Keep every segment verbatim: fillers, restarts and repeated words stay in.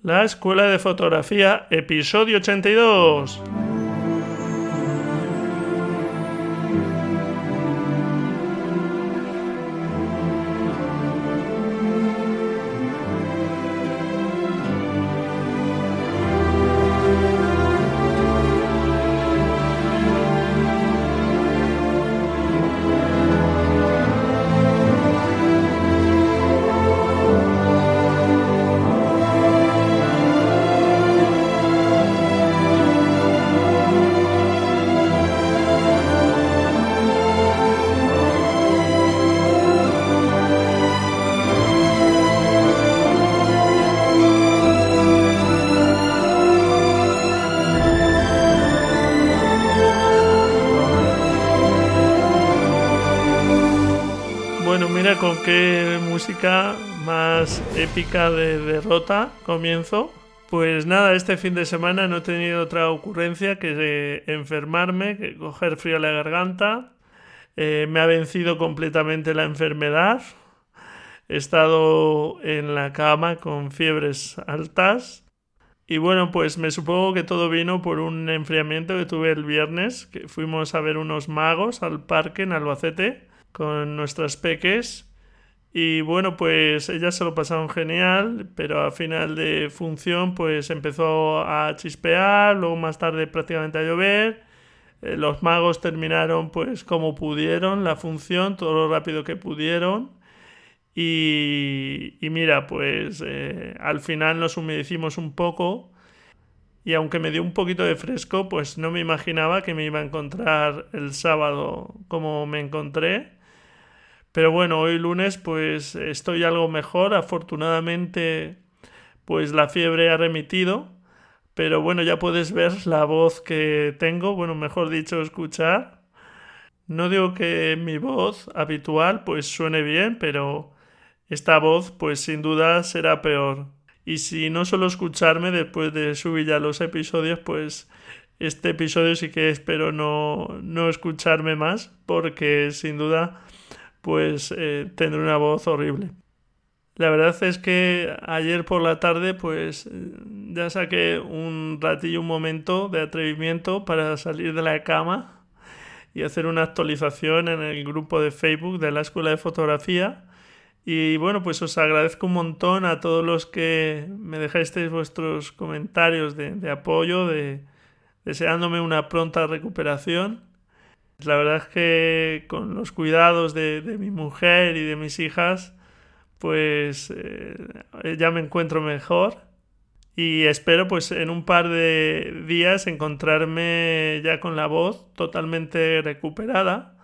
La Escuela de Fotografía, episodio ochenta y dos. Bueno, mira con qué música más épica de derrota comienzo. Pues nada, este fin de semana no he tenido otra ocurrencia que eh, enfermarme, que coger frío a la garganta. Eh, me ha vencido completamente la enfermedad. He estado en la cama con fiebres altas. Y bueno, pues me supongo que todo vino por un enfriamiento que tuve el viernes, que fuimos a ver unos magos al parque en Albacete con nuestras peques. Y bueno, pues ellas se lo pasaron genial, pero al final de función pues empezó a chispear, luego más tarde prácticamente a llover. Eh, los magos terminaron pues como pudieron la función, todo lo rápido que pudieron. Y, y mira, pues eh, al final nos humedecimos un poco y aunque me dio un poquito de fresco, pues no me imaginaba que me iba a encontrar el sábado como me encontré. Pero bueno, hoy lunes pues estoy algo mejor, afortunadamente pues la fiebre ha remitido, pero bueno, ya puedes ver la voz que tengo, bueno, mejor dicho, escuchar. No digo que mi voz habitual pues suene bien, pero esta voz pues sin duda será peor. Y si no suelo escucharme después de subir ya los episodios, pues este episodio sí que espero no, no escucharme más, porque sin duda pues eh, tendré una voz horrible. La verdad es que ayer por la tarde pues ya saqué un ratillo, un momento de atrevimiento para salir de la cama y hacer una actualización en el grupo de Facebook de la Escuela de Fotografía. Y bueno, pues os agradezco un montón a todos los que me dejasteis vuestros comentarios de, de apoyo, de, deseándome una pronta recuperación. La verdad es que con los cuidados de, de mi mujer y de mis hijas, pues eh, ya me encuentro mejor y espero pues en un par de días encontrarme ya con la voz totalmente recuperada.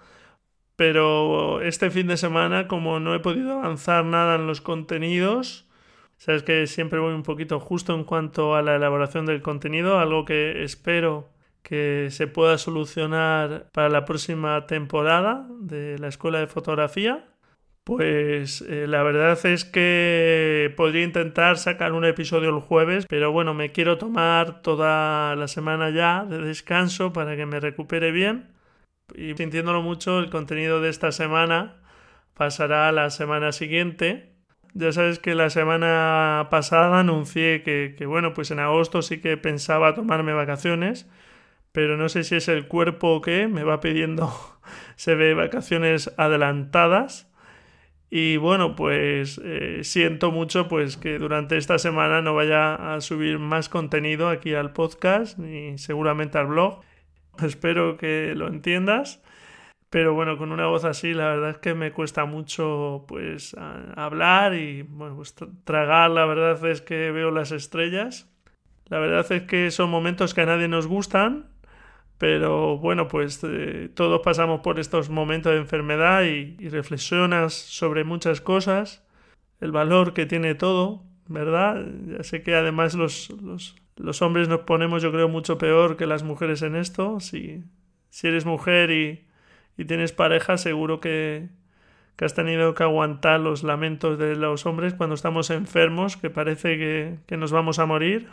Pero este fin de semana, como no he podido avanzar nada en los contenidos, sabes que siempre voy un poquito justo en cuanto a la elaboración del contenido, algo que espero que se pueda solucionar para la próxima temporada de la Escuela de Fotografía. Pues eh, la verdad es que podría intentar sacar un episodio el jueves, pero bueno, me quiero tomar toda la semana ya de descanso para que me recupere bien. Y sintiéndolo mucho, el contenido de esta semana pasará a la semana siguiente. Ya sabes que la semana pasada anuncié que, que bueno, pues en agosto sí que pensaba tomarme vacaciones, pero no sé si es el cuerpo o qué, me va pidiendo, se ve vacaciones adelantadas. Y bueno, pues eh, siento mucho pues que durante esta semana no vaya a subir más contenido aquí al podcast ni seguramente al blog. Espero que lo entiendas, pero bueno, con una voz así la verdad es que me cuesta mucho pues a, hablar y bueno, pues tragar. La verdad es que veo las estrellas. La verdad es que son momentos que a nadie nos gustan, pero bueno, pues eh, todos pasamos por estos momentos de enfermedad y, y reflexionas sobre muchas cosas, el valor que tiene todo, ¿verdad? Ya sé que además los, los, los hombres nos ponemos, yo creo, mucho peor que las mujeres en esto. Si, si eres mujer y, y tienes pareja, seguro que, que has tenido que aguantar los lamentos de los hombres cuando estamos enfermos, que parece que, que nos vamos a morir.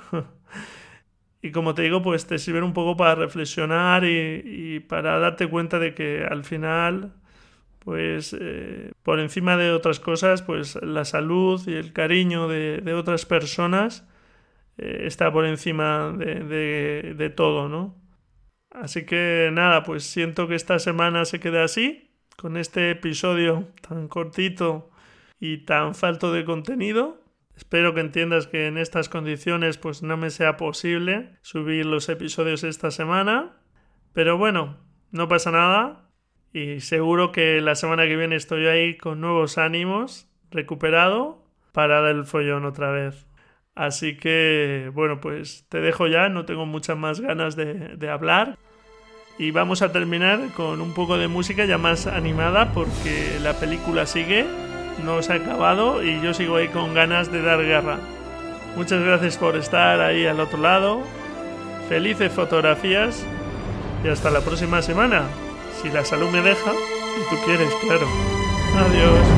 Y como te digo, pues te sirven un poco para reflexionar y, y para darte cuenta de que al final, pues eh, por encima de otras cosas, pues la salud y el cariño de, de otras personas eh, está por encima de, de, de todo, ¿no? Así que nada, pues siento que esta semana se quede así, con este episodio tan cortito y tan falto de contenido. Espero que entiendas que en estas condiciones pues no me sea posible subir los episodios esta semana. Pero bueno, no pasa nada y seguro que la semana que viene estoy ahí con nuevos ánimos, recuperado, para dar el follón otra vez. Así que bueno, pues te dejo ya, no tengo muchas más ganas de, de hablar. Y vamos a terminar con un poco de música ya más animada porque la película sigue. No se ha acabado y yo sigo ahí con ganas de dar guerra. Muchas gracias por estar ahí al otro lado. Felices fotografías y hasta la próxima semana. Si la salud me deja y tú quieres, claro. Adiós.